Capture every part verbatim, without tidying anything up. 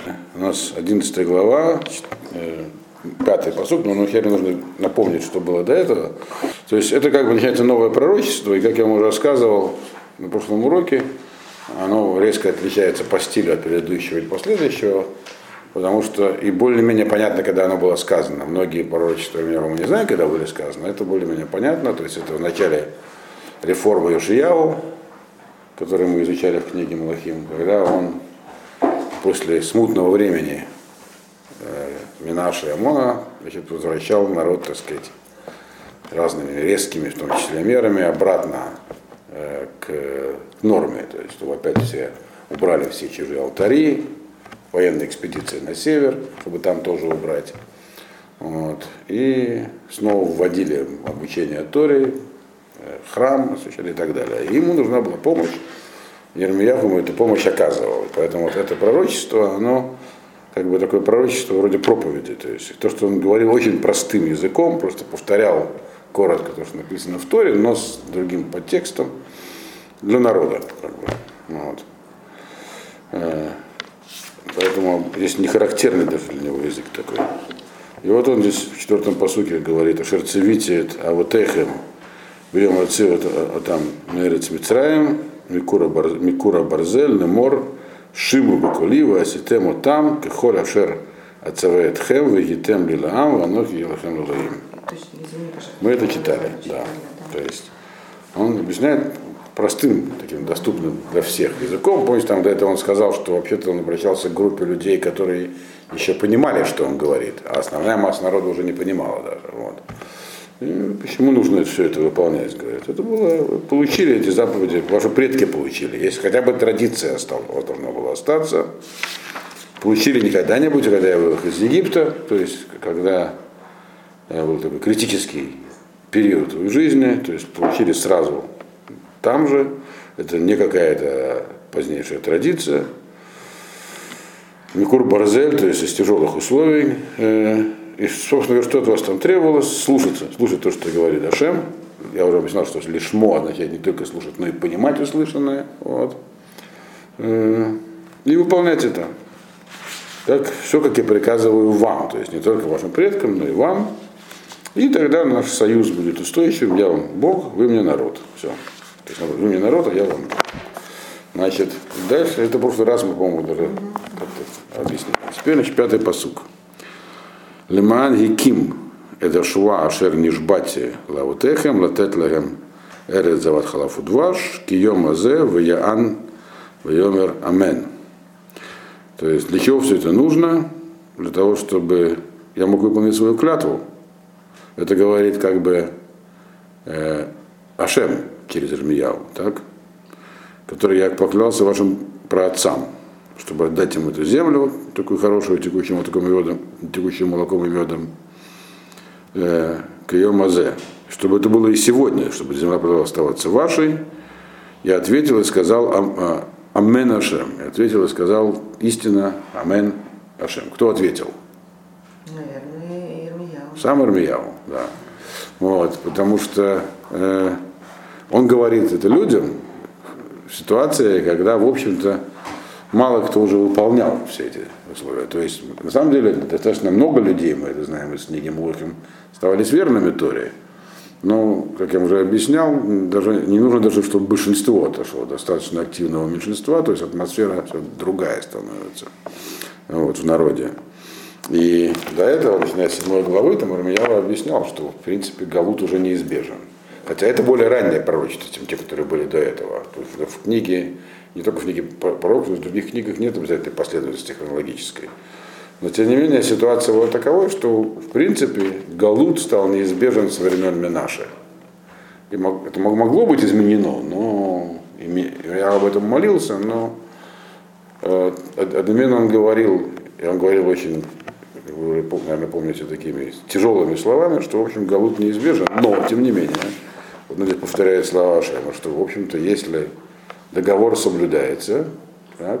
У нас одиннадцатая глава, пятый пасук, но Хере нужно напомнить, что было до этого. То есть это как бы начинается новое пророчество, и как я вам уже рассказывал на прошлом уроке, оно резко отличается по стилю от предыдущего и последующего, потому что и более-менее понятно, когда оно было сказано. Многие пророчества, я вам не знаю, когда были сказаны, это более-менее понятно. То есть это в начале реформы Йошияу, который мы изучали в книге Малахим, когда он после смутного времени э, Минаша и Амона, значит, возвращал народ, так сказать, разными резкими, в том числе, мерами обратно э, к норме. То есть, чтобы опять все убрали все чужие алтари, военные экспедиции на север, чтобы там тоже убрать. Вот. И снова вводили обучение Торе, храм и так далее. И ему нужна была помощь. Йермияху ему эту помощь оказывал. Поэтому вот это пророчество, оно как бы такое пророчество вроде проповеди. То есть то, что он говорил очень простым языком, просто повторял коротко то, что написано в Торе, но с другим подтекстом для народа. Как бы. Вот. Поэтому здесь не характерный даже для него язык такой. И вот он здесь в четвертом пасуке говорит о шерцевите, а вот эхем, берем отцы вот там Мерец Мицраем, Микура Барзель, Немор, Шиму Баколива, Аситему там, Кехоль Ашер Ацавеет Хем, Вегитем Лилаам, Ванох Елахем Лулаим. Мы это читали, да. То есть он объясняет простым, таким доступным для всех языком. Помните, там до этого он сказал, что вообще-то он обращался к группе людей, которые еще понимали, что он говорит, а основная масса народа уже не понимала даже. Вот. И почему нужно все это выполнять, говорят. Это было, вы получили эти заповеди, ваши предки получили. Если хотя бы традиция осталась, вот должна была остаться. Получили не когда-нибудь, когда я вывел из Египта, то есть когда был такой критический период в жизни, то есть получили сразу там же, это не какая-то позднейшая традиция. Микур Барзель, то есть из тяжелых условий. И, собственно говоря, что от вас там требовалось? Слушаться, слушать то, что говорит Ашем. Я уже объяснял, что лишмо означает не только слушать, но и понимать услышанное. Вот. И выполнять это. Так, все, как я приказываю вам, то есть не только вашим предкам, но и вам. И тогда наш союз будет устойчивым. Я вам Бог, вы мне народ. Все. То есть вы мне народ, а я вам. Значит, дальше, это в прошлый раз мы, по-моему, даже как-то объяснили. Теперь, значит, пятый пасук. Лемаан гиким это шуа ашер нишбати лаутехем латет лахем эрет зават халафу дваш кием азе ваяан вайомер амен. То есть для чего все это нужно? Для того, чтобы я мог выполнить свою клятву. Это говорит как бы э, Ашем через Ирмияу, так? Который я поклялся вашим праотцам, чтобы отдать им эту землю, такую хорошую, текущим молоком и медом, текущим молоком и медом, э, к ее мазе, чтобы это было и сегодня, чтобы земля продолжала оставаться вашей. Я ответил и сказал ам, а, Амен Ашем. Я ответил и сказал истина Амен Ашем. Кто ответил? Наверное, Ирмияу. Сам Ирмияу, да. Вот, потому что э, он говорит это людям в ситуации, когда, в общем-то, мало кто уже выполнял все эти условия. То есть, на самом деле, достаточно много людей, мы это знаем из книги Малахим, оставались верными Торе. Но, как я уже объяснял, даже, не нужно даже, чтобы большинство отошло, достаточно активного меньшинства, то есть атмосфера другая становится вот, в народе. И до этого, начиная с седьмой главы, там Ирмияу объяснял, что, в принципе, галут уже неизбежен. Хотя это более раннее пророчество, чем те, которые были до этого. То есть в книге, не только в книге пророков, но в других книгах нет обязательной последовательности хронологической. Но, тем не менее, ситуация была таковой, что, в принципе, галут стал неизбежен со времен Минаше. И это могло быть изменено, но я об этом молился, но э, одновременно он говорил, и он говорил очень, вы, наверное, помните, такими тяжелыми словами, что, в общем, галут неизбежен, но, тем не менее, вот он здесь повторяет слова Ашема, что, в общем-то, если договор соблюдается, так,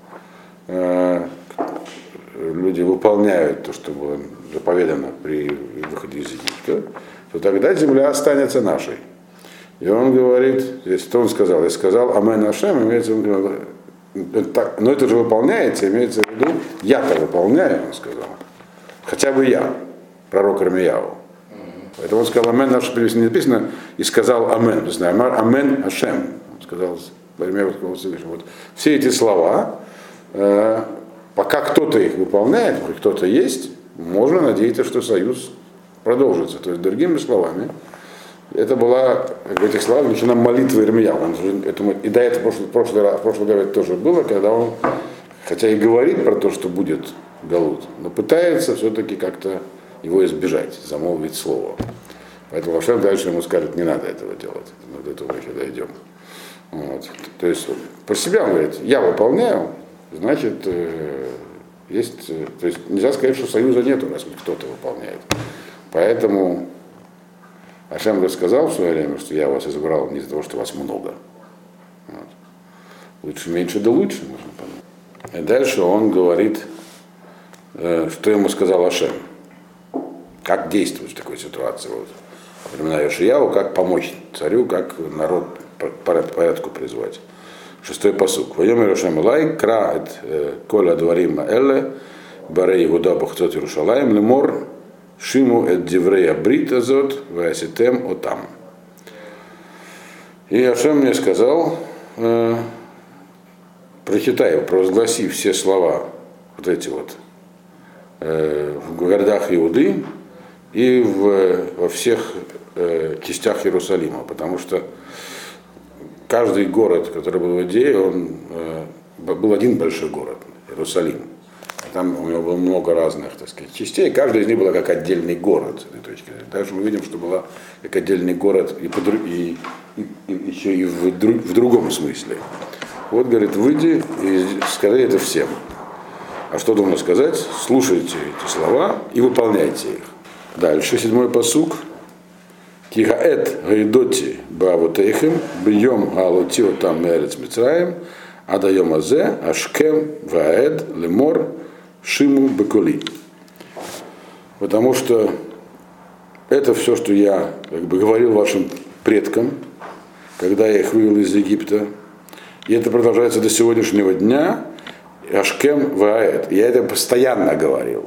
э, люди выполняют то, что было заповедано при выходе из Египта, то тогда земля останется нашей. И он говорит, здесь что он сказал? Я сказал Амен Ашем, имеется в виду, так, но это же выполняется, имеется в виду, я-то выполняю, он сказал. Хотя бы я, пророк Ирмияу. Поэтому он сказал амен, наше не написано, и сказал амен. То есть, амен Ашем. Он сказал, вот все эти слова, э, пока кто-то их выполняет, хоть кто-то есть, можно надеяться, что союз продолжится. То есть, другими словами, это была, в этих словах, величина молитва Ирмияу. И до этого в прошлый раз, в прошлый раз тоже было, когда он, хотя и говорит про то, что будет галут, но пытается все-таки как-то его избежать, замолвить слово. Поэтому Ашем дальше ему скажет, не надо этого делать. Мы до этого еще дойдем. Вот. То есть про себя он говорит, я выполняю, значит, э, есть, э, то есть нельзя сказать, что союза нету, раз кто-то выполняет. Поэтому Ашем рассказал в свое время, что я вас избрал не из-за того, что вас много. Вот. Лучше меньше, да лучше, можно понять. И дальше он говорит, э, что ему сказал Ашем. Как действовать в такой ситуации? Вот. Во времена Йошияу, как помочь царю, как народ порядку призвать. Шестой пасук. Вайомер Ашем Элай, кра эт коля дварима эле, барей Иуда бахцот Иерушалаим, лемор, шиму эт диврей абрит азот, ваяситем отам. И Ашем мне сказал, э, прочитай, провозгласи все слова, вот эти вот, э, в городах Иуды, и в, во всех э, частях Иерусалима, потому что каждый город, который был в Иудее, он э, был один большой город, Иерусалим. Там у него было много разных, так сказать, частей, каждая из них была как отдельный город с этой точки зрения. Также мы видим, что была как отдельный город и, по, и, и, и еще и в, в другом смысле. Вот, говорит, выйди и скажи это всем. А что должен сказать? Слушайте эти слова и выполняйте их. Дальше, седьмой пасук. Кигаэт гайдоти баавотейхем, бьем галотио там мерец мицраем, адаем азе, ашкем, ваэд, лемор, шиму, беколи. Потому что это все, что я как бы говорил вашим предкам, когда я их вывел из Египта. И это продолжается до сегодняшнего дня. Ашкем, ваэд. Я это постоянно говорил.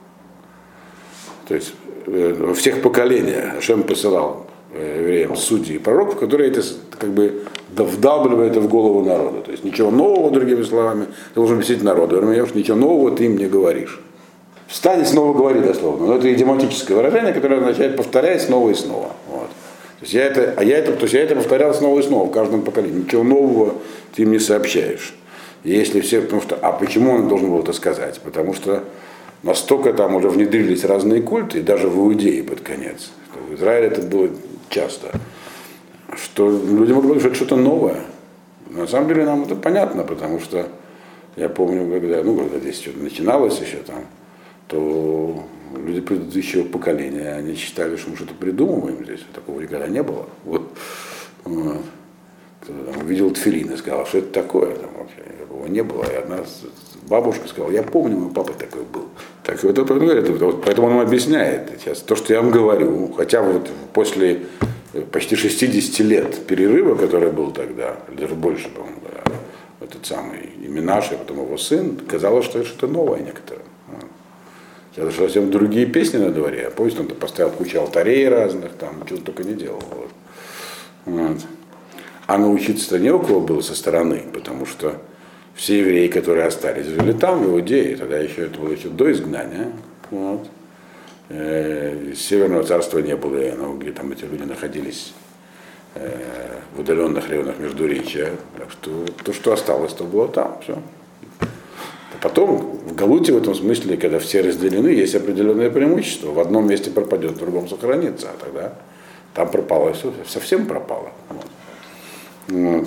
То есть во всех поколениях Ашем посылал евреям судей и пророков, которые это как бы вдавливают это в голову народа. То есть ничего нового, другими словами, ты должен объяснить народу. Ничего нового ты им не говоришь. Встань и снова говори дословно. Но это идиоматическое выражение, которое означает повторяй снова и снова. Вот. То есть я это, а я это, то есть я это повторял снова и снова в каждом поколении. Ничего нового ты им не сообщаешь. И если все, потому что, а почему он должен был это сказать? Потому что настолько там уже внедрились разные культы, даже в Иудее под конец, что в Израиле это было часто, что люди могли говорить, что это что-то новое. На самом деле нам это понятно, потому что я помню, когда, ну, когда здесь что-то начиналось еще там, то люди предыдущего поколения, они считали, что мы что-то придумываем здесь, такого никогда не было. Вот. Вот. Кто-то там увидел тфилин и сказал, что это такое, там вообще такого не было. И одна бабушка сказала, я помню, мой папа такой был. Так вот это говорит, поэтому он объясняет сейчас то, что я вам говорю, хотя вот после почти шестидесяти лет перерыва, который был тогда, даже больше, по-моему, этот самый Минаш, и потом его сын, казалось, что это что-то новое некоторое. Сейчас совсем другие песни на дворе, а помните, он поставил кучу алтарей разных, там, чего только не делал. Вот. Вот. А научиться-то не у кого было со стороны, потому что все евреи, которые остались, жили там, в Иудее, тогда еще это было еще до изгнания. Вот. Э, Северного царства не было, но где там эти люди находились э, в удаленных районах Междуречия. Так что то, что осталось, то было там. Все. А потом в Галуте в этом смысле, когда все разделены, есть определенное преимущество. В одном месте пропадет, в другом сохранится, а тогда там пропало, все, совсем пропало. Вот. Вот.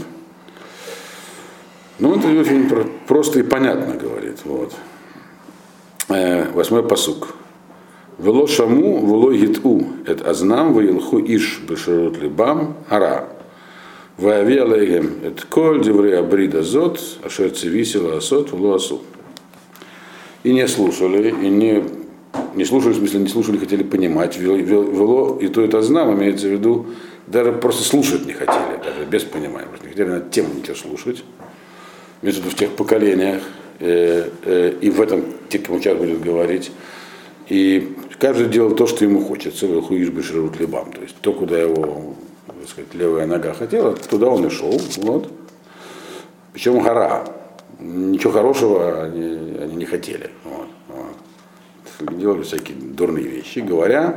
Ну, это очень просто и понятно говорит. Вот. Э, восьмой пасук. Вело шаму, вело гиту, эт азнам, ваилху иш, бешерут либам, ара. Ваяви алейгем, эт коль, диврей абрида зот, ашер цивисила асот, вело асу. И не слушали, и не, не слушали, в смысле, не слушали, хотели понимать. Вело, и то это азнам, имеется в виду, даже просто слушать не хотели, даже без понимания. Не хотели над тем ничего слушать. имеется в виду в тех поколениях, э, э, и в этом, те, кому сейчас будет говорить, и каждый делал то, что ему хочется, хуиш бешерут либам, то есть то, куда его, так сказать, левая нога хотела, туда он и шел, вот. Причем гора, ничего хорошего они, они не хотели, вот, вот. Делали всякие дурные вещи, говоря,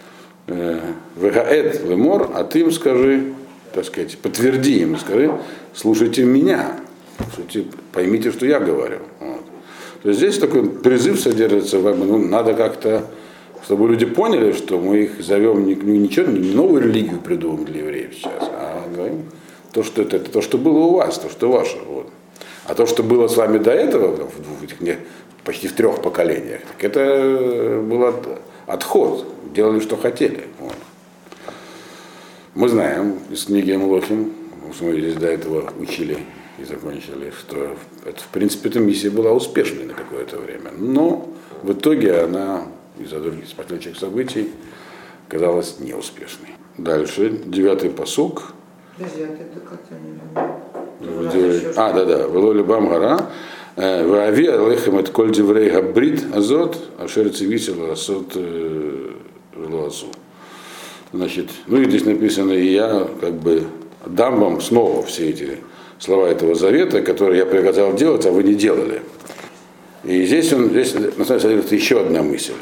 вегаэт лемор, а ты им скажи, так сказать, подтверди им, скажи, слушайте меня, слушайте, поймите, что я говорю. Вот. То есть здесь такой призыв содержится, ну, надо как-то, чтобы люди поняли, что мы их зовем не, ничего, не новую религию придумываем для евреев сейчас, а говорим то, что это, это то, что было у вас, то, что ваше. Вот. А то, что было с вами до этого, в этих, почти в трех поколениях, так это был от, отход, делали, что хотели. Вот. Мы знаем из книги Млохим, что мы здесь до этого учили и закончили, что это, в принципе, эта миссия была успешной на какое-то время. Но в итоге она из-за других последующих событий оказалась неуспешной. Дальше, девятый пасук. Подожди, а ты как-то не... А, да, да. Велоли бам гора. Ваави алехем от коль диврей габрит азот, ашер цивисел асот луасу. Значит, ну и здесь написано, и я как бы дам вам снова все эти слова этого завета, которые я приказал делать, а вы не делали. И здесь он, здесь на самом деле еще одна мысль.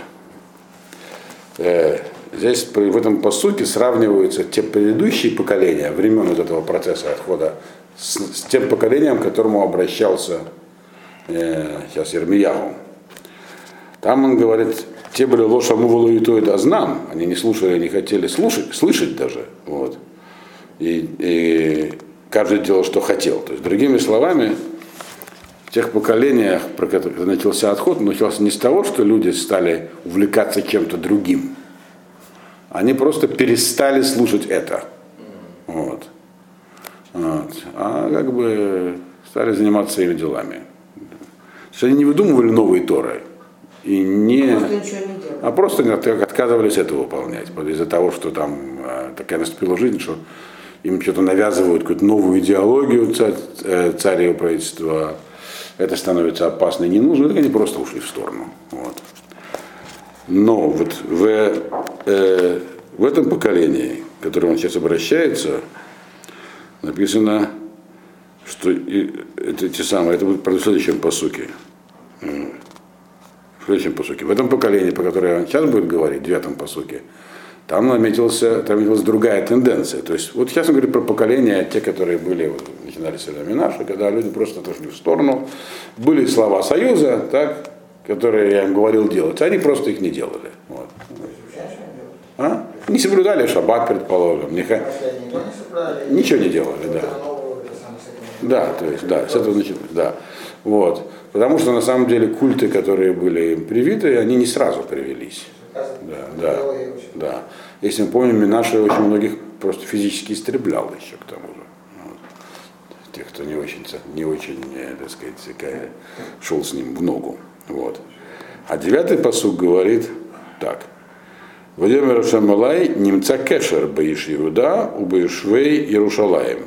Здесь в этом пасуке сравниваются те предыдущие поколения времен вот этого процесса отхода с, с тем поколением, к которому обращался э, сейчас Ирмияу. Там он говорит, те были ложь амувалу и то и азнам, они не слушали, не хотели слушать, слышать даже. Вот. И, и каждый делал, что хотел. То есть, другими словами, в тех поколениях, про которые начался отход, начался не с того, что люди стали увлекаться чем-то другим. Они просто перестали слушать это. Вот. Вот. А как бы стали заниматься своими делами. То есть они не выдумывали новые Торы. И не... Просто ничего не делали. А просто отказывались это выполнять. Из-за того, что там такая наступила жизнь, что им что-то навязывают, какую-то новую идеологию царь, царь и его правительства. Это становится опасно и не нужно, так они просто ушли в сторону. Вот. Но вот в, э, в этом поколении, к которому он сейчас обращается, написано, что и, это те самые, это будет в следующем пасуке. В следующем пасуке. В этом поколении, по которому он сейчас будет говорить, в девятом пасуке, там наметился, там наметилась другая тенденция. То есть, вот сейчас он говорит про поколения, те, которые были, вот, начинали с времен наши, когда люди просто отошли в сторону. Были слова Союза, так, которые я им говорил делать, они просто их не делали. Вот. А? Не соблюдали шаббат, предположим. Не... Ничего не делали, да. Да, то есть, да, с этого началось, да. Вот. Потому что на самом деле культы, которые были им привиты, они не сразу привелись. Да, да, да. Если мы помним, Минаши очень многих просто физически истреблял еще к тому же. Вот. Тех, кто не очень, не очень, так сказать, шел с ним в ногу. Вот. А девятый пасук говорит так. Вадимир Шамалай немца кешер баиш Иуда у баишвей Иерушалаем.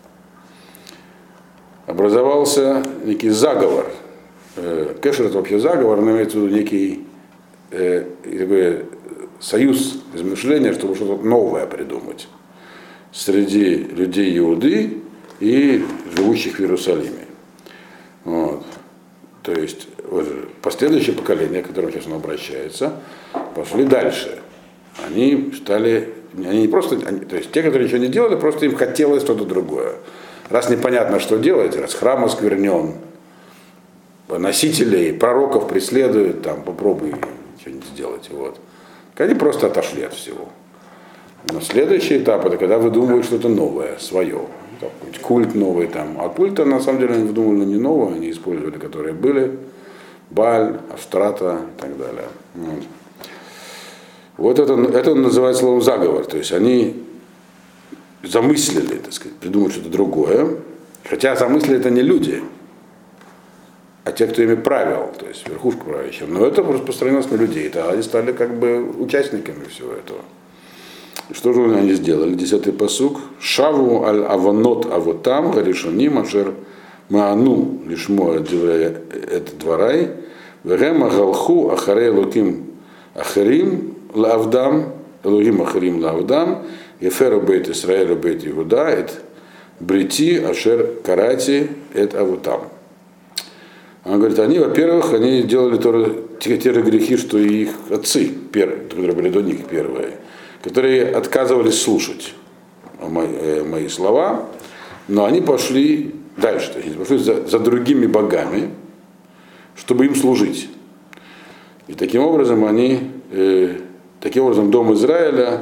Образовался некий заговор. Кешер — это вообще заговор, но имеется в виду некий э, такой союз измышления, чтобы что-то новое придумать среди людей Иуды и живущих в Иерусалиме. Вот. То есть вот, последующее поколение, к которому сейчас он обращается, пошли дальше. Они стали, они не просто, они, то есть те, которые ничего не делали, просто им хотелось что-то другое. Раз непонятно, что делать, раз храм осквернен, носителей, пророков преследуют, там, попробуй что-нибудь сделать. Вот. Они просто отошли от всего. Но следующий этап — это когда выдумывают что-то новое, свое. Какой-нибудь культ новый там. А культа на самом деле они выдумывали не новое, они использовали, которые были. Баль, Аштрата и так далее. Вот, вот это, это называется словом заговор. То есть они замыслили, так сказать, придумать что-то другое. Хотя замыслили это не люди, а те, кто ими правил, то есть верхушка правящая. Но это распространилось на людей. Это они стали как бы участниками всего этого. И что же они сделали? Десятый пасук. Шаву аль аванот авотам гаришоним ашер Маану лишмо это дворай, вегема галху ахарей луким ахарим лавдам, луким ахарим лавдам, еферу бейт Исраэлю бейт Иуда, это брити ашер карати это авутам. Он говорит, они, во-первых, они делали то, те, те же грехи, что и их отцы, первые, которые были до них первые, которые отказывались слушать мои, э, мои слова, но они пошли дальше, то есть они пошли за, за другими богами, чтобы им служить. И таким образом они, э, таким образом Дом Израиля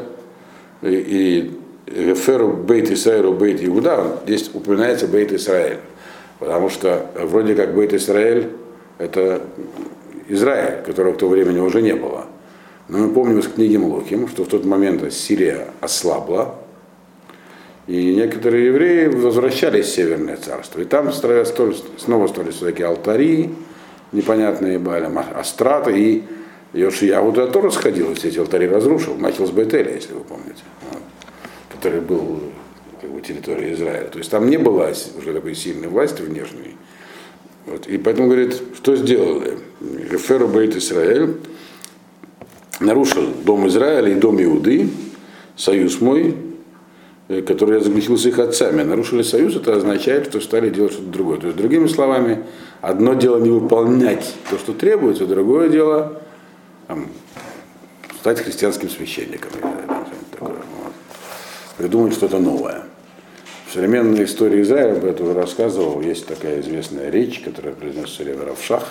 и Геферу Бейт Исраэлю Бейт Иуда, здесь упоминается Бейт Исраэль. Потому что вроде как Бейт Исраэль это Израиль, которого в то время уже не было. Но мы помним из книги Млохим, что в тот момент Сирия ослабла, и некоторые евреи возвращались в Северное царство. И там строили, снова строили всякие алтари, непонятные Баалям, Астраты, и Йошияу туда тоже сходил, все эти алтари разрушил, начал с Бетеля, если вы помните, вот, который был как бы территории Израиля. То есть там не было уже такой сильной власти внешней. Вот. И поэтому, говорит, что сделали? Геферу Бейт Исраэль нарушил Дом Израиля и Дом Иуды, союз мой, который я заключил с их отцами. Нарушили союз, это означает, что стали делать что-то другое. То есть, другими словами, одно дело не выполнять то, что требуется, другое дело там, стать христианским священником. Такое, вот. Придумать что-то новое. В современной истории Израиля, я это уже рассказывал, есть такая известная речь, которая произносится Рев Равшах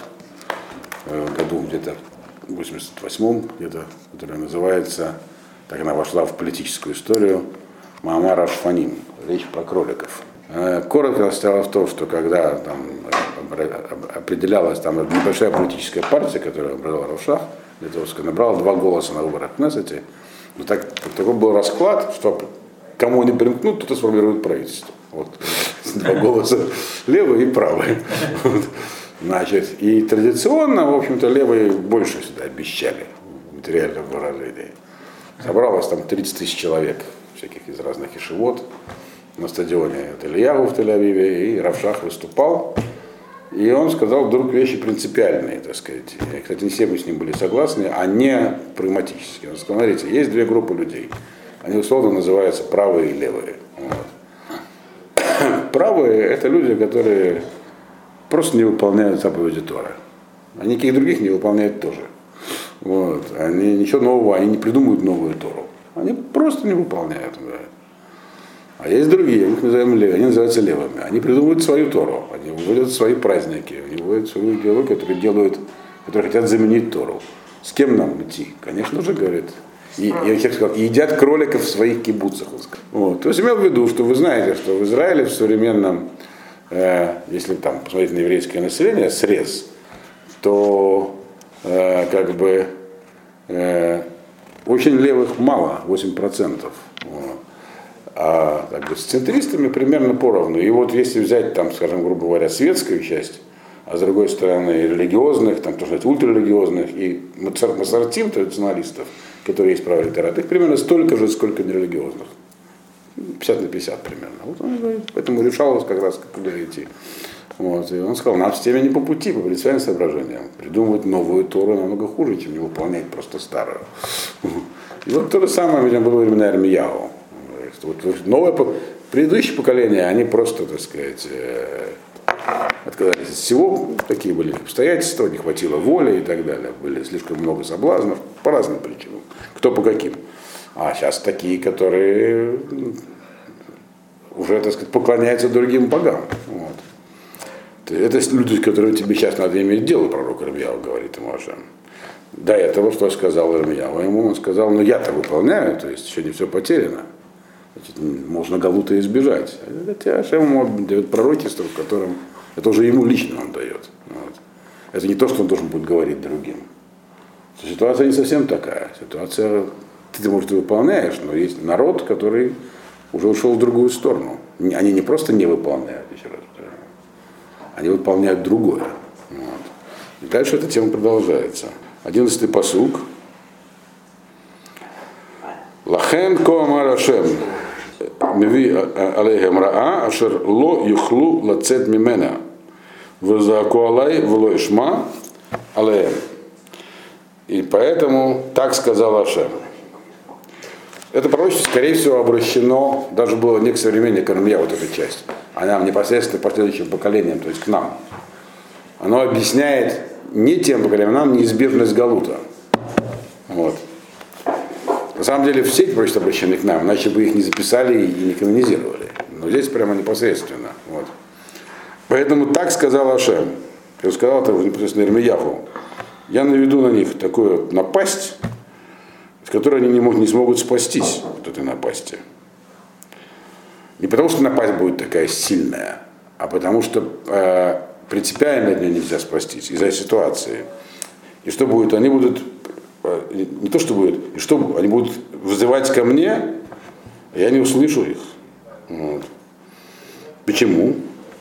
в году где-то в восемьдесят восьмом, где-то, которая называется, так она вошла в политическую историю, Маамар Ашфаним, речь про кроликов. Коротко состояла в том, что когда там определялась там небольшая политическая партия, которую образовал Равшах, Литовская, набрала два голоса на выборах в Кнессете, но так, такой был расклад, что кому они примкнут, тот и сформирует правительство. Вот. Два голоса левый и правый. Вот. Значит, и традиционно, в общем-то, левые больше сюда обещали в материальном выражении. Собралось там тридцать тысяч человек, всяких из разных ешивот, на стадионе Тель-Яву в Тель-Авиве, и Равшах выступал. И он сказал вдруг вещи принципиальные, так сказать. И, кстати, не все мы с ним были согласны, а не прагматические. Он сказал, смотрите, есть две группы людей. Они условно называются правые и левые. Вот. Правые – это люди, которые просто не выполняют заповеди Торы. Они никаких других не выполняют тоже. Вот. Они ничего нового, они не придумывают новую Тору. Они просто не выполняют. Да. А есть другие, мы их называем левыми, они называются левыми. Они придумывают свою Тору, они выводят свои праздники, они выводят свою идеологию, которые делают, которые хотят заменить Тору. С кем нам идти? Конечно же, говорит. И, я сказал, и едят кроликов в своих кибуцах. Вот. То есть имел в виду, что вы знаете, что в Израиле в современном, э, если там посмотреть на еврейское население, срез, то э, как бы э, очень левых мало, восемь процентов. Вот. А как бы, с центристами примерно поровну. И вот если взять, там, скажем, грубо говоря, светскую часть, а с другой стороны религиозных, там, тоже ультрарелигиозных и масортим традиционалистов, которые есть правый электорат, их примерно столько же, сколько нерелигиозных. пятьдесят на пятьдесят примерно. Вот он говорит, поэтому решалось как раз, куда идти. Вот. И он сказал, нам с теми не по пути, по принципиальным соображениям. Придумывать новую Тору намного хуже, чем не выполнять просто старую. И вот то же самое, видимо, было во времена Ирмияу. Вот новое, предыдущее поколение, они просто, так сказать, отказались от всего, такие были обстоятельства, не хватило воли и так далее, были слишком много соблазнов по разным причинам, кто по каким. А сейчас такие, которые уже, так сказать, поклоняются другим богам. Вот. Это люди, с которыми тебе сейчас надо иметь дело, пророк Ирмияу говорит ему Ашем. До этого, что сказал Ирмияу, ему он сказал, ну я-то выполняю, то есть еще не все потеряно. Значит, можно галута избежать. Это Ашем ему дает пророчество, в котором это уже ему лично он дает. Вот. Это не то, что он должен будет говорить другим. Ситуация не совсем такая. Ситуация, ты, может, выполняешь, но есть народ, который уже ушел в другую сторону. Они не просто не выполняют, еще раз, они выполняют другое. Вот. И дальше эта тема продолжается. Одиннадцатый пасук. Лахен ко амар Ашем. меви алейхем раа, ашер ло юхлу лацет мимена. Везааку алай вло ишма алейхем. И поэтому так сказал Ашем. Это пророчество, скорее всего, обращено, даже было не к современникам, я вот эта часть, а нам непосредственно к последующим поколениям, то есть к нам. Оно объясняет не тем поколениям, нам неизбежность Галута. Вот. На самом деле все эти пророчества обращены к нам, иначе бы их не записали и не канонизировали. Но здесь прямо непосредственно. Вот. Поэтому так сказал Ашем. Я сказал это непосредственно Ирмияху. Я наведу на них такую вот напасть, с которой они не, могут, не смогут спастись от этой напасти. Не потому, что напасть будет такая сильная, а потому что э, принципиально от нее нельзя спастись из-за ситуации. И что будет? Они будут, э, не то что будет, и что они будут вызывать ко мне, а я не услышу их. Вот. Почему?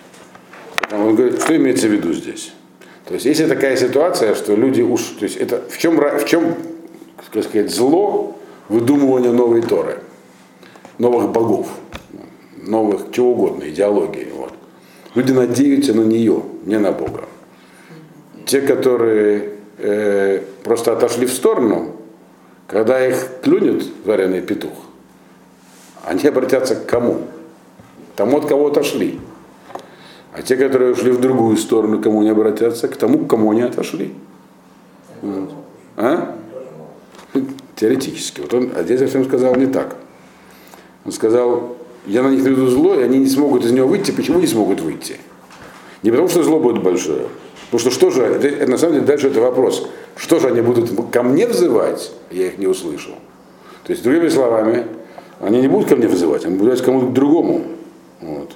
Он говорит, что имеется в виду здесь? То есть, если такая ситуация, что люди уж, то есть, это в чем, в чем, как сказать, зло выдумывания новой Торы, новых богов, новых чего угодно, идеологии. Вот. Люди надеются на нее, не на Бога. Те, которые э, просто отошли в сторону, когда их клюнет вареный петух, они обратятся к кому? Тому, от кого отошли. А те, которые ушли в другую сторону, к кому не обратятся, к тому, к кому они отошли. Вот. А? Теоретически. Вот он, а здесь Ашем сказал не так. Он сказал, я на них наведу зло, и они не смогут из него выйти. Почему не смогут выйти? Не потому, что зло будет большое. Потому что что же, это, это, на самом деле дальше это вопрос. Что же они будут ко мне взывать, я их не услышу. То есть, другими словами, они не будут ко мне взывать, они будут взывать кому-то другому. Вот.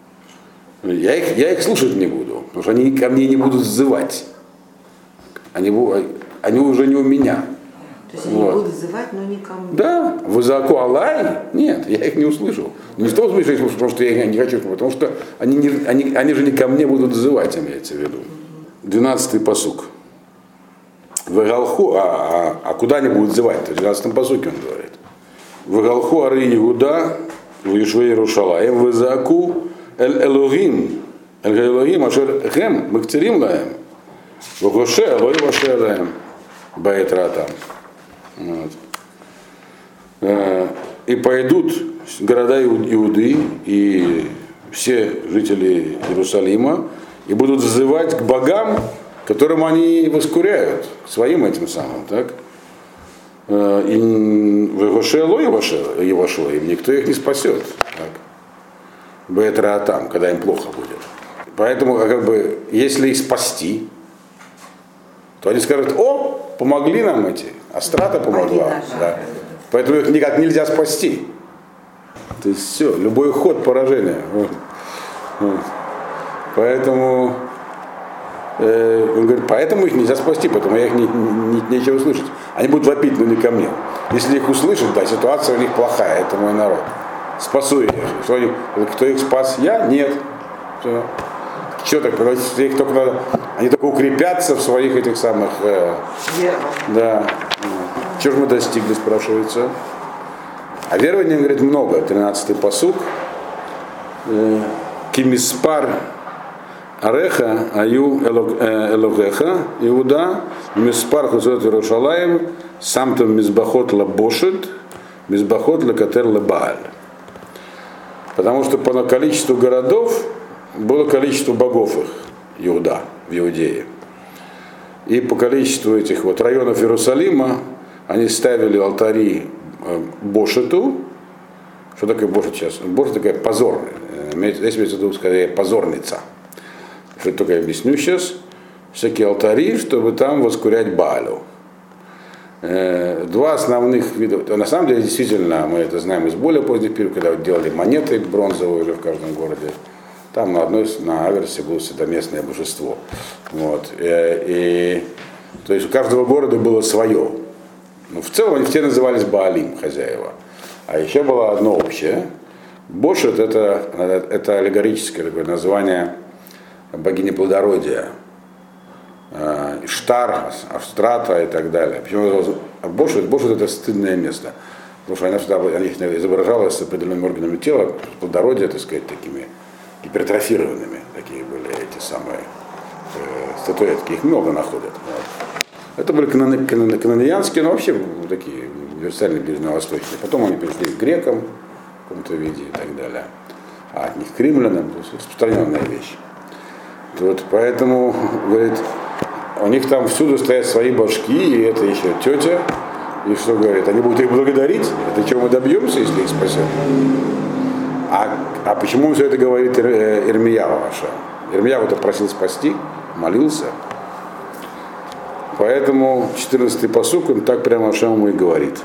Я их, я их слушать не буду, потому что они ко мне не будут взывать. Они, они уже не у меня. То есть они вот. Будут взывать, но не ко мне. Да, вызаку Алай, нет, я их не услышу. Не в том смысле, потому что я их не хочу, потому что они, не, они, они же не ко мне будут взывать, имеется в виду. Двенадцатый пасук. Вегалху, а, а, а куда они будут взывать? В двенадцатом пасуке он говорит. Вегалху ары Иуда, вишвей Иерушалаем, везаку эль Элогим, эль Элогим, ашер хем, мекцерим лаем, вегоше, лой ваше лаем, баэт ратам. И пойдут города Иуды и все жители Иерусалима и будут взывать к богам, которым они воскуряют, своим этим самым, так? И Вегошело и Вашо, и никто их не спасет. Бетра там, когда им плохо будет. Поэтому, как бы, если их спасти, то они скажут, о, помогли нам эти, Астрата помогла. Да. Поэтому их никак нельзя спасти. То есть все, любой ход поражения. Вот. Вот. Поэтому э, он говорит, поэтому их нельзя спасти, поэтому я их не, не, нечего услышать. Они будут вопить, но не ко мне. Если их услышат, да, ситуация у них плохая, это мой народ. Спасу их. Что они, кто их спас? Я? Нет. Все. Что так? Их только надо, они только укрепятся в своих этих самых. Э, yeah. Да. Чего же мы достигли, спрашивается. А верования, говорит, много. тринадцатый пасук. Кимиспар Ареха Аю Элогеха Иуда Миспар Хузот Иерушалаем Самтом Мизбахот Лабошет Мизбахот Лекатер Лебааль. Потому что по количеству городов было количество богов их, Иуда, в Иудее. И по количеству этих вот районов Иерусалима они ставили алтари Бошету. Что такое Бошет сейчас? Бошет такая позорная. Здесь имеется в виду, скорее, позорница. Что это только я объясню сейчас. Всякие алтари, чтобы там воскурять Баалю. Два основных вида. На самом деле, действительно, мы это знаем из более поздних периодов, когда делали монеты бронзовые уже в каждом городе. Там на одной, на аверсе было всегда местное божество. Вот. И, и, то есть у каждого города было свое. Но в целом они все назывались Баалим, хозяева. А еще было одно общее. Бошет это, это аллегорическое такое название богини плодородия. Штар, Астрата и так далее. Почему Бошет? Бошет это стыдное место. потому что она всегда она изображалась с определенными органами тела, плодородия, так сказать, такими гипертрофированными, такие были эти самые э, статуэтки, их много находят. Вот. Это были канони, канони, канонеянские, но вообще такие универсальные ближневосточные. Потом они перешли к грекам в каком-то виде и так далее, а от них к римлянам, то есть распространенная вещь. Вот, поэтому, говорит, у них там всюду стоят свои башки, и это еще тетя. И что говорит, они будут их благодарить? Это чего мы добьемся, если их спасем? А, а почему все это говорит Ир, Ирмияу Аша? Ирмияу-то просил спасти, молился. Поэтому четырнадцатый пасук, он так прямо Ашему и говорит.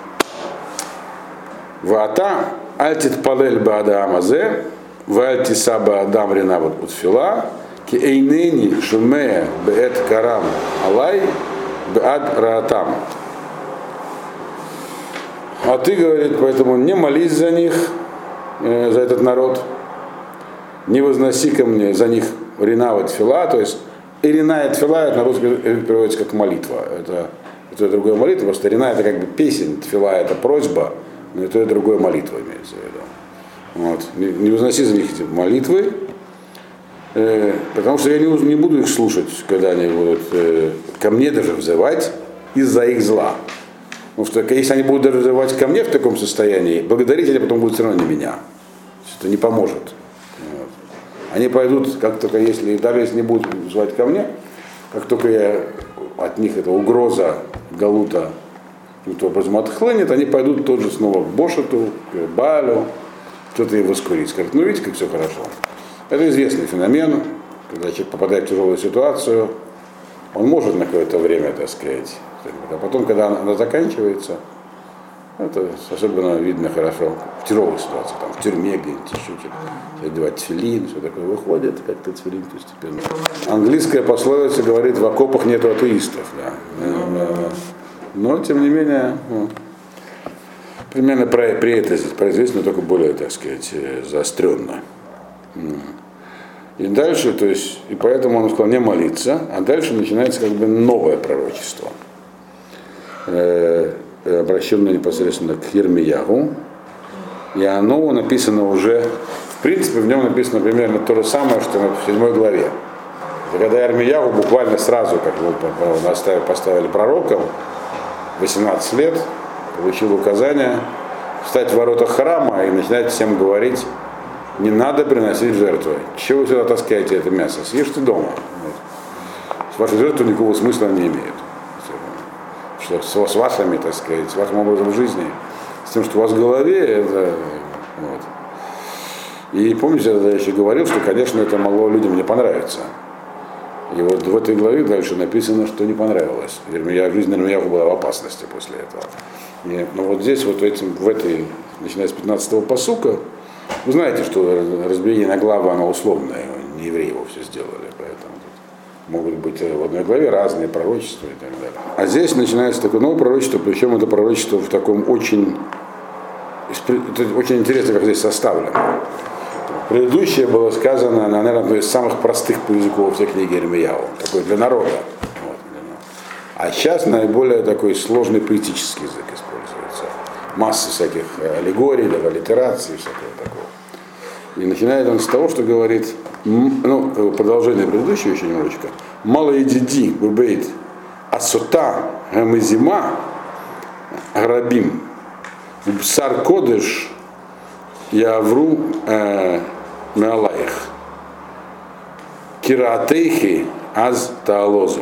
Ваата альтит палель баадам азе, вальти саба адам ринават утфила, ки эйнени шумея беэт карам алай беад раатам. А ты, говорит, поэтому не молись за них, э, за этот народ, не возноси ко мне за них ринава тфила, то есть ирина и тфила, это на русском переводится как молитва. Это, это другая молитва, потому что рина это как бы песень, тфила это просьба, но это и другая молитва имеется в виду. Вот. Не, не возноси за них эти молитвы, э, потому что я не, не буду их слушать, когда они будут э, ко мне даже взывать из-за их зла. Потому что если они будут даже взывать ко мне в таком состоянии, благодарить они потом будут все равно не меня. Это не поможет. Вот. Они пойдут, как только если, даже если не будут взывать ко мне, как только я от них эта угроза Галута каким-то образом отхлынет, они пойдут тот же снова к Бошету, к Баалю, кто-то его скурить. Скажут, ну видите, как все хорошо. Это известный феномен, когда человек попадает в тяжелую ситуацию, он может на какое-то время, так сказать, а потом, когда она заканчивается, это особенно видно хорошо в тяжелых ситуациях, там, в тюрьме где-нибудь еще что-то, одевать тфилин, все такое выходит, как-то тфилин постепенно. Английская пословица говорит, в окопах нету атеистов, да. Но, тем не менее, ну, примерно про, при это здесь произвестно, только более, так сказать, заостренно. И дальше, то есть, и поэтому он сказал не молиться, а дальше начинается как бы новое пророчество, э, обращенное непосредственно к Ирмияху. И оно написано уже, в принципе, в нем написано примерно то же самое, что в седьмой главе. И когда Ирмияху буквально сразу, как его поставили пророком, восемнадцать лет, получил указание встать в воротах храма и начинать всем говорить, не надо приносить жертвы. Чего вы сюда таскаете это мясо? Съешьте дома. Вот. С вашей жертвой никакого смысла не имеет. Что с вашими, так сказать, с вашим образом жизни, с тем, что у вас в голове, это вот. И помните, я еще говорил, что, конечно, это могло людям не понравиться. И вот в этой главе дальше написано, что не понравилось. Ирмия, жизнь Ирмияху была в опасности после этого. И, но вот здесь, вот этим, в этой, начиная с пятнадцатого пасука, вы знаете, что разбиение на главы, оно условное, не евреи его все сделали, поэтому тут могут быть в одной главе разные пророчества и так далее. А здесь начинается такое новое пророчество, причем это пророчество в таком очень, это очень интересно, как здесь составлено. Предыдущее было сказано, наверное, одной из самых простых по языку во всей книге Ирмияу, такой для народа. Вот. А сейчас наиболее такой сложный поэтический язык используется. Масса всяких аллегорий, аллитераций, всякого такого. И начинает он с того, что говорит, ну, продолжение предыдущего еще немножечко. Мало едиди, бубейт, асота, гамезима, грабим, бсар кодыш, явру меалаих, кираатейхи, аз таалозу.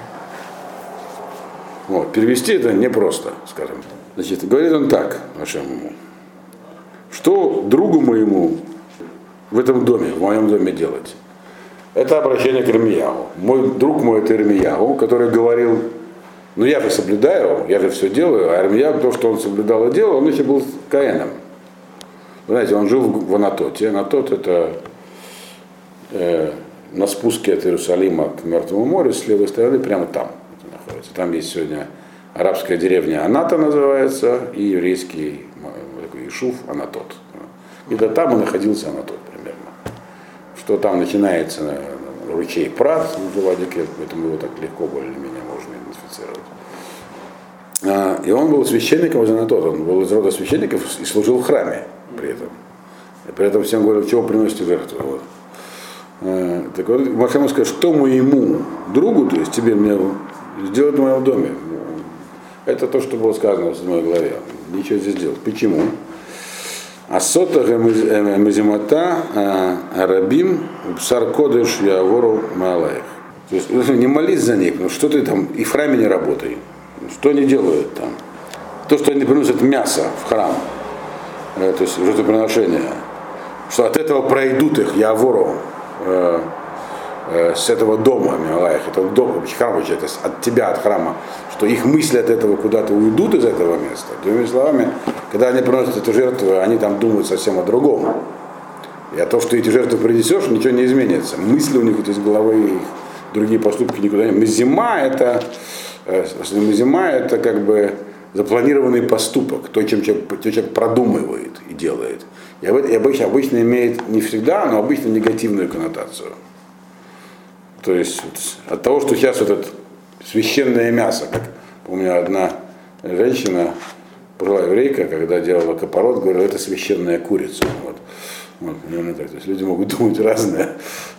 Вот, перевести это непросто, скажем. Значит, говорит он так, нашему, что другу моему в этом доме, в моем доме делать? Это обращение к Ирмияху. Мой друг мой это Ирмияху, который говорил, ну я же соблюдаю, я же все делаю, а Ирмияху, то, что он соблюдал и делал, он еще был Каином. Вы знаете, он жил в Анатоте. Анатот это э, на спуске от Иерусалима к Мертвому морю, с левой стороны, прямо там находится. Там есть сегодня арабская деревня Аната называется, и еврейский такой Ишув Анатот. И до там и находился Анатот примерно. Что там начинается ручей Прат в Владике, поэтому его так легко более-менее можно идентифицировать. и он был священником из Анатота, он был из рода священников и служил в храме при этом. И при этом всем говорил, чего приносите жертву. Вот. Э, так вот, Моше ему сказал, что моему другу, то есть тебе мне сделать в моем доме. Это то, что было сказано в седьмой главе. Ничего здесь делать. Почему? Асота мезимата арабим псаркодыш явору малаях. То есть не молись за них, но что ты там и в храме не работай. Что они делают там? То, что они приносят мясо в храм, то есть жертвоприношение, что от этого пройдут их явору э, э, с этого дома, малаях, это дом, храм, это от тебя, от храма, что их мысли от этого куда-то уйдут из этого места. Другими словами, когда они приносят эту жертву, они там думают совсем о другом. И от того, что эти жертвы принесешь, ничего не изменится. Мысли у них из головы, их другие поступки никуда не... Мезима это, мезима это как бы запланированный поступок, то, чем человек, то, человек продумывает и делает. И обычно, обычно имеет не всегда, но обычно негативную коннотацию. То есть от того, что сейчас вот это священное мясо, как помню, одна женщина, пожилая еврейка, когда делала капорот, говорила, это священная курица. Вот. Вот, так. То есть люди могут думать разное.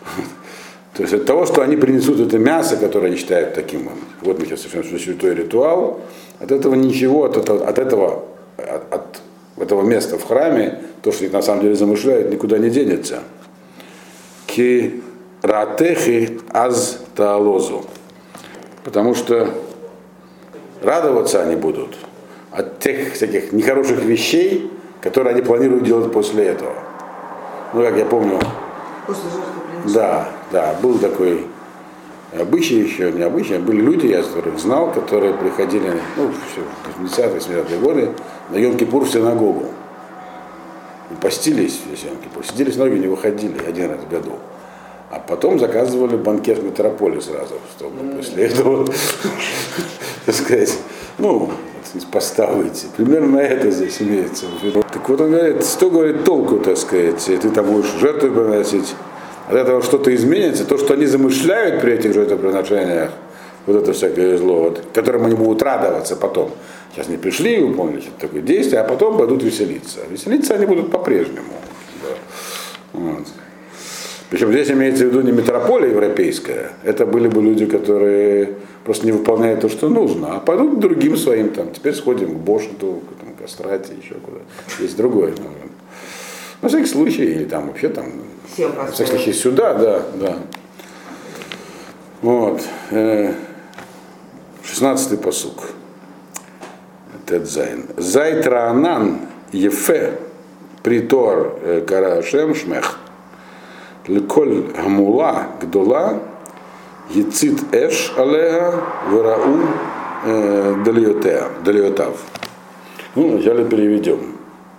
То есть от того, что они принесут это мясо, которое они считают таким, вот мы сейчас совершенно святой ритуал, от этого ничего, от этого, от этого, от, от этого места в храме, то, что их на самом деле замышляют, никуда не денется. Ки ратехи аз таалозу. Потому что радоваться они будут от тех всяких нехороших вещей, которые они планируют делать после этого. Ну, как я помню, После жертвоприношения. да, да, был такой обычай еще, не обычай, а были люди, я которых знал, которые приходили, ну, в семидесятые-восьмидесятые годы на Йом-Кипур в синагогу. И постились весь Йом-Кипур, сидели с ноги, не выходили один раз в году. А потом заказывали банкет в метрополе сразу, чтобы mm-hmm. после этого, так сказать, ну, поставить. Примерно на это здесь имеется в виду. Так вот он говорит, что говорит толку, так сказать, и ты там будешь жертвы приносить, от этого что-то изменится, то, что они замышляют при этих жертвоприношениях, вот это всякое зло, вот, которым они будут радоваться потом. Сейчас они пришли, выполнили что-то такое действие, а потом пойдут веселиться. Веселиться они будут по-прежнему. Да. Вот. Причем здесь имеется в виду не метрополия европейская, это были бы люди, которые просто не выполняют то, что нужно, а пойдут к другим своим, там, теперь сходим к Бошету, к, к Астрате, еще куда. Есть другое. Ну, на всякий случай, или там вообще там, на всякий случай сюда, да, да. Вот. шестнадцатый пасук. Тедзайн. Зайтраанан ефе притор карашем шмех. Леколь гамула гдола яцит эш алега верау далиотав. Ну, вначале переведем.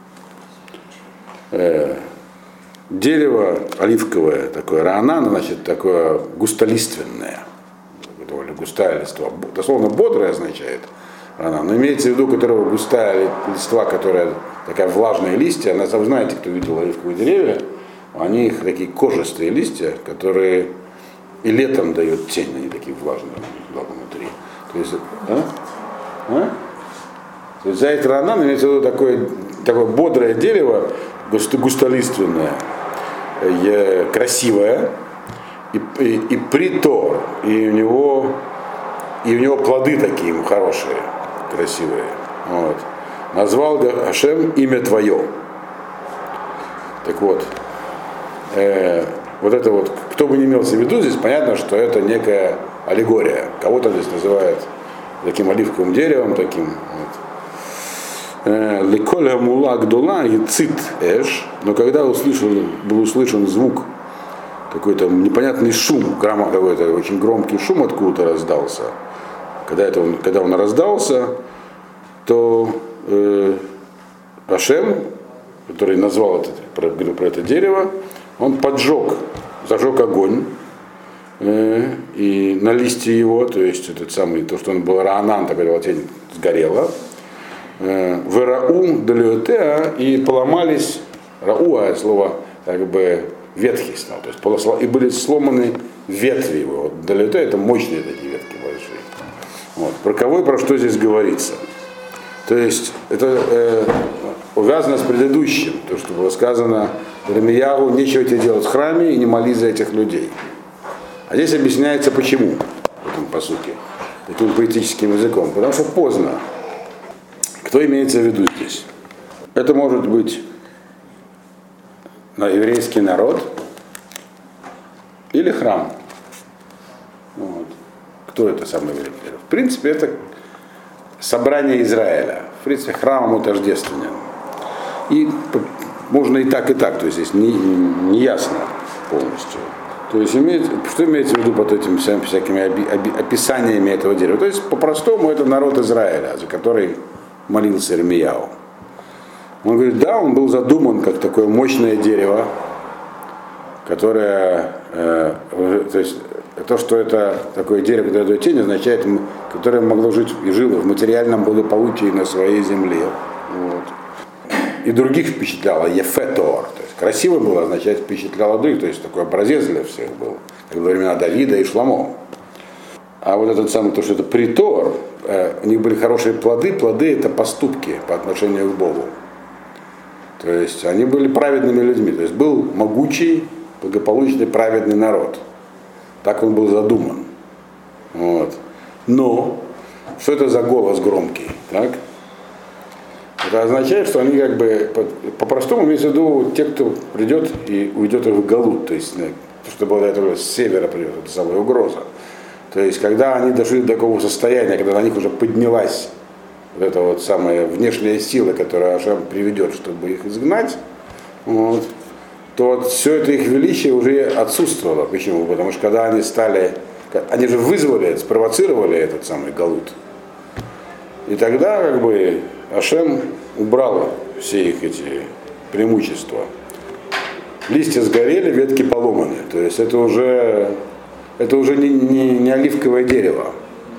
Э, дерево оливковое, такое раанан, значит, такое густолиственное, довольно густая листва, дословно бодрое означает раанан, но имеется в виду, у которого густая листва, которая такая влажные листья, она, вы знаете, кто видел оливковые деревья, они их такие кожистые листья, которые и летом дают тень, они такие влажные внутри. То есть, а? А? То есть зайт раанан имеется в виду такое, такое бодрое дерево, густолиственное, красивое, и, и, и притор, и у него и у него плоды такие хорошие, красивые. Вот. Назвал Ашем имя твое. Так вот, э, вот это вот, кто бы не имелся в виду, здесь понятно, что это некая аллегория. Кого-то здесь называют таким оливковым деревом, таким вот. Леколь гамула гдола яцит эш, но когда услышал, был услышан звук, какой-то непонятный шум, какой-то очень громкий шум откуда-то раздался. Когда, это он, когда он раздался, то э, Ашем, который назвал это, про, про это дерево, он поджег, зажег огонь, э, и на листе его, то есть этот самый, то, что он был раанан, такая тень сгорела, в рау далиотеа, и поломались, рауа слово как бы ветхий стал, то есть полосло, и были сломаны ветви его. Далиотеа это мощные такие ветки большие. Вот. Про кого и про что здесь говорится? То есть это э, увязано с предыдущим, то, что было сказано Ирмиягу, нечего тебе делать в храме и не молись за этих людей. А здесь объясняется почему в этом пасуке, таким поэтическим языком. Потому что поздно. Кто имеется в виду здесь? Это может быть еврейский народ или храм. Вот. Кто это самый еврей? В принципе, это собрание Израиля. В принципе, храм ему тождественен. И можно и так, и так. То есть здесь не, не ясно полностью. То есть имеет, что имеется в виду под этими всякими описаниями этого дерева? То есть по-простому это народ Израиля, за который молился Ирмияу. Он говорит, да, он был задуман как такое мощное дерево, которое, э, то есть то, что это такое дерево, которое дает тень, означает, которое могло жить и жило в материальном благополучии на своей земле. Вот. И других впечатляло, ефетор, то есть красиво было, означает впечатляло других, то есть такой образец для всех был, как во времена Давида и Шламо. А вот этот самый, то, что это притор, э, у них были хорошие плоды, плоды это поступки по отношению к Богу. То есть они были праведными людьми, то есть был могучий, благополучный, праведный народ. Так он был задуман. Вот. Но, что это за голос громкий? Так? Это означает, что они как бы, по-простому имеется в виду, те, кто придет и уйдет в Галут, то есть, что было до этого с севера придет, это самая угроза. То есть, когда они дошли до такого состояния, когда на них уже поднялась вот эта вот самая внешняя сила, которая Ашем приведет, чтобы их изгнать, вот, то вот все это их величие уже отсутствовало. Почему? Потому что когда они стали, они же вызвали, спровоцировали этот самый Галут. И тогда как бы Ашем убрал все их эти преимущества. Листья сгорели, ветки поломаны. То есть это уже, это уже не, не, не оливковое дерево.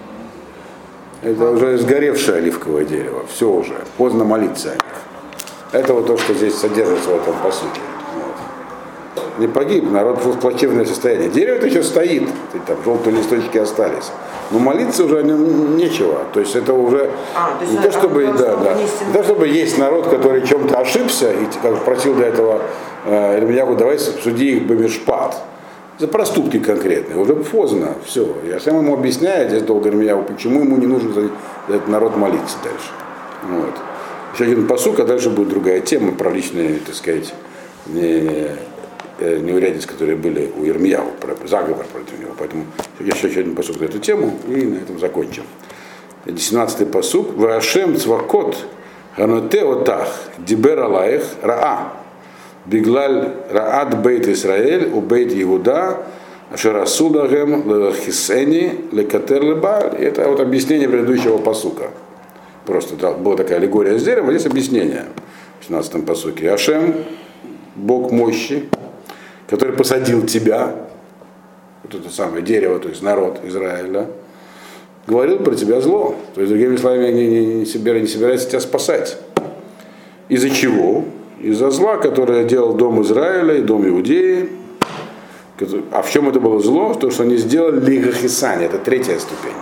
Это уже сгоревшее оливковое дерево. Все уже. Поздно молиться о них. Это вот то, что здесь содержится в этом посуке. Вот. Не погиб, народ в плачевное состояние. Дерево-то еще стоит. Там желтые листочки остались. Но молиться уже о нем нечего. То есть это уже а, то есть не, то, чтобы, да, да, не то, чтобы есть народ, который чем-то ошибся, и как просил до этого э, Ирмияху, давай суди их бамишпат. За проступки конкретные. Уже поздно. Все. Я сам ему объясняю, здесь долго Ирмияху, почему ему не нужно за этот народ молиться дальше. Вот. Еще один пасук, а дальше будет другая тема про личные, так сказать, не, неурядицы, которые были у Ирмияху, про заговор против него. Поэтому еще, еще один пасук на эту тему, и на этом закончим. семнадцатый пасук. Ваашем цвакот ганоте отах дибер алаих раа. Биглаль раад бейт Исраэль у бейт Иуда ашерасудагем лехисени лекатер лебаль. Это вот объяснение предыдущего пасука. Просто да, была такая аллегория с деревом, а здесь объяснение в семнадцатом пасуке. Ашем, Бог мощи, который посадил тебя, вот это самое дерево, то есть народ Израиля, говорил про тебя зло. То есть, другими словами, не, не, не, собирается, не собирается тебя спасать. Из-за чего? Из-за зла, которое делал дом Израиля и дом Иудеи. А в чем это было зло? То, что они сделали лигахисани, это третья ступень.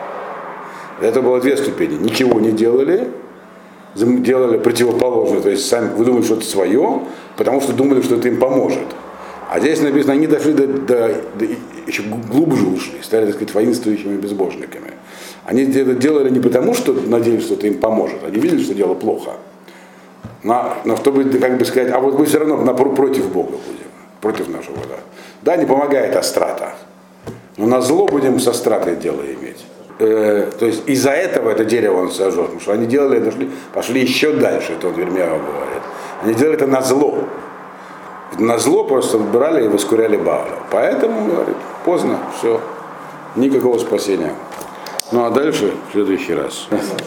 Это было две ступени. Ничего не делали, делали противоположное. То есть сами вы думали, что это свое, потому что думали, что это им поможет. А здесь написано, они дошли до, до, до еще глубже ушли, стали, так сказать, воинствующими безбожниками. Они это делали не потому, что надеялись, что это им поможет. Они видели, что дело плохо. Но, но чтобы, как бы сказать, а вот мы все равно против Бога будем, против нашего Бога. Да, не помогает Астрата, но на зло будем с Астратой дело иметь. Э, то есть из-за этого это дерево он сожжет, потому что они делали, дошли, пошли еще дальше, это вот Ирмияу говорит. Они делали это на зло. На зло просто брали и воскуряли Бааля. Поэтому, говорит, поздно, все, никакого спасения. Ну а дальше в следующий раз.